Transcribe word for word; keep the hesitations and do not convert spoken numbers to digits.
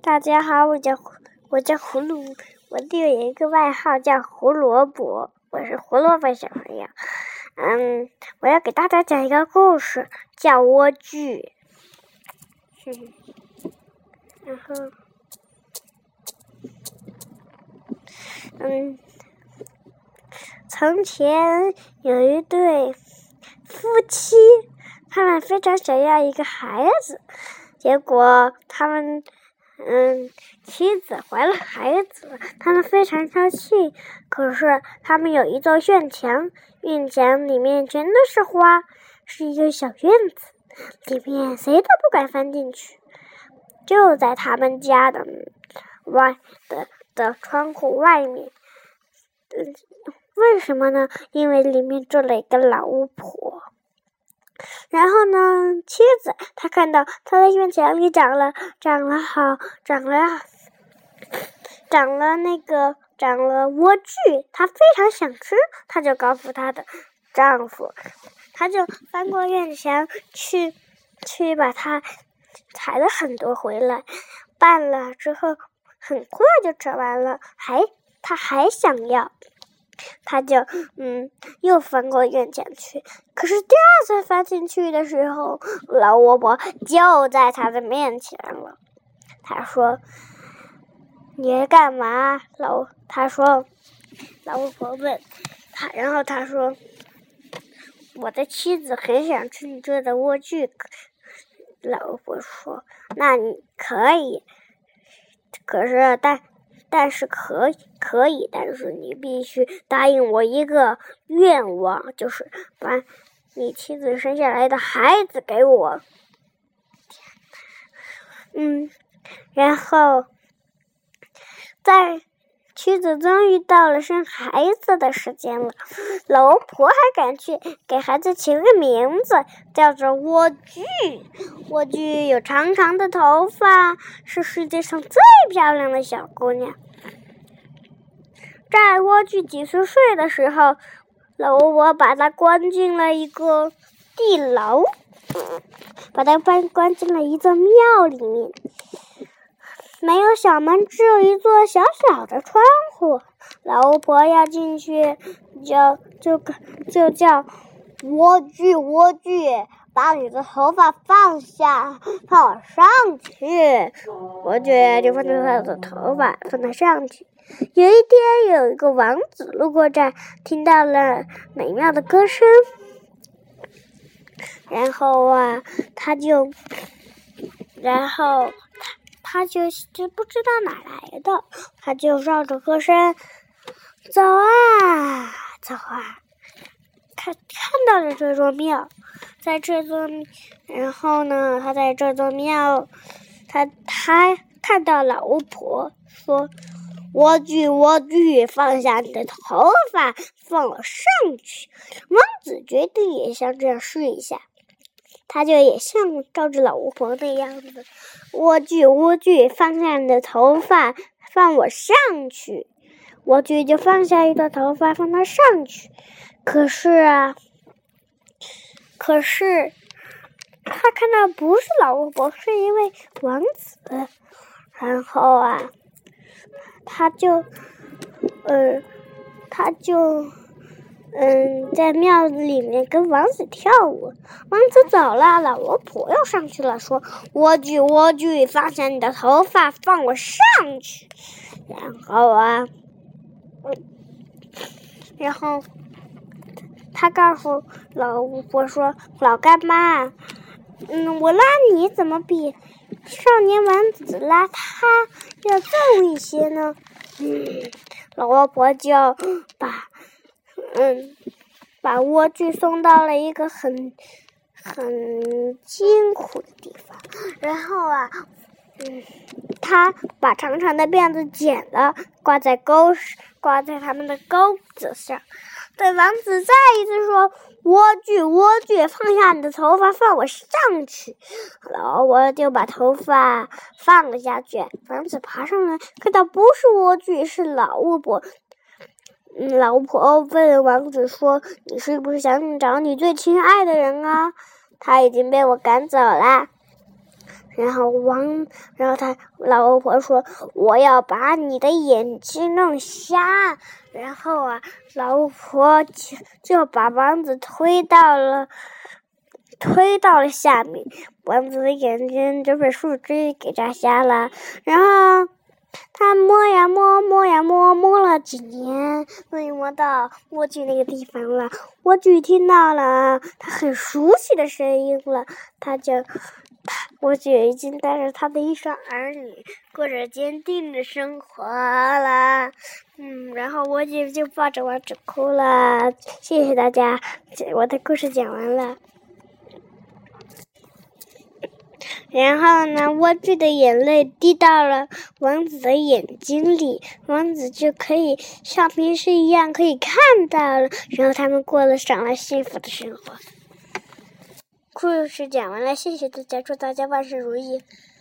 大家好，我叫我叫胡芦，我就有一个外号叫胡萝卜，我是胡萝卜小朋友。嗯，我要给大家讲一个故事，叫莴苣。嗯，然后，嗯，从前有一对夫妻，他们非常想要一个孩子，结果他们。嗯，妻子怀了孩子，他们非常高兴。可是他们有一座院墙，院墙里面全都是花，是一个小院子，里面谁都不敢翻进去。就在他们家的外的的窗户外面，嗯，为什么呢？因为里面住了一个老巫婆。然后呢，妻子她看到她的院墙里长了长了好长了长了那个长了莴苣，她非常想吃，她就告诉她的丈夫，她就翻过院墙去去把它采了很多回来，拌了之后很快就吃完了，还她还想要。他就嗯又翻过院墙去，可是第二次翻进去的时候，老巫婆就在他的面前了。他说：“你干嘛？”老他说，老巫婆问他，然后他说：“我的妻子很想吃你做的莴苣。”老巫婆说：“那你可以，可是但。”但是可以，可以，但是你必须答应我一个愿望，就是把你妻子生下来的孩子给我。嗯，然后，在妻子终于到了生孩子的时间了，老巫婆还赶去给孩子起了个名字，叫做莴苣。莴苣有长长的头发，是世界上最漂亮的小姑娘。在莴苣几岁岁的时候，老巫婆把她关进了一个地牢，把她关关进了一座庙里面，没有小门，只有一座小小的窗户。老巫婆要进去，就就就叫莴苣莴苣，把你的头发放下，放我上去。莴苣就放下她的头发，放她上去。有一天，有一个王子路过这儿，听到了美妙的歌声，然后啊，他就，然后他他就就不知道哪来的，他就绕着歌声走啊走啊，看看到了这座庙，在这座，然后呢，他在这座庙，他他看到老巫婆说。莴苣莴苣，放下你的头发，放我上去。王子决定也像这样试一下，他就也像照着老巫婆那样子，莴苣莴苣，放下你的头发，放我上去。莴苣就放下一朵头发，放他上去。可是啊，可是他看到不是老巫婆，是一位王子。然后啊。他就，呃，他就，嗯，在庙里面跟王子跳舞。王子走了，老巫婆又上去了，说：“莴苣莴苣，放下你的头发，放我上去。”然后啊，然后他告诉老巫婆说：“老干妈，嗯，我拉你怎么比少年王子拉他要重一些呢？”嗯，老巫婆就把嗯把莴苣送到了一个很很艰苦的地方，然后啊，嗯，他把长长的辫子剪了，挂在钩挂在他们的钩子上。对王子再一次说：“莴苣莴苣，放下你的头发，放我上去。”老巫婆就把头发放了下去。王子爬上来，看到不是莴苣，是老巫婆。嗯，老巫婆问王子说：“你是不是想找你最亲爱的人啊？他已经被我赶走了。” 然后王，然后他老巫婆说：“我要把你的眼睛弄瞎。”然后啊，老巫婆就就把王子推到了推到了下面，王子的眼睛就被树枝给扎瞎了。然后他摸呀摸，摸呀摸，摸了几年，终于摸到莴苣那个地方了。莴苣听到了他很熟悉的声音了，他就莴苣已经带着他的一双儿女过着坚定的生活了。嗯，然后莴苣就抱着王子哭了。谢谢大家，我的故事讲完了。然后呢，莴苣的眼泪滴到了王子的眼睛里，王子就可以像平时一样可以看到了。然后他们过了上了幸福的生活。故事讲完了，谢谢大家，祝大家万事如意。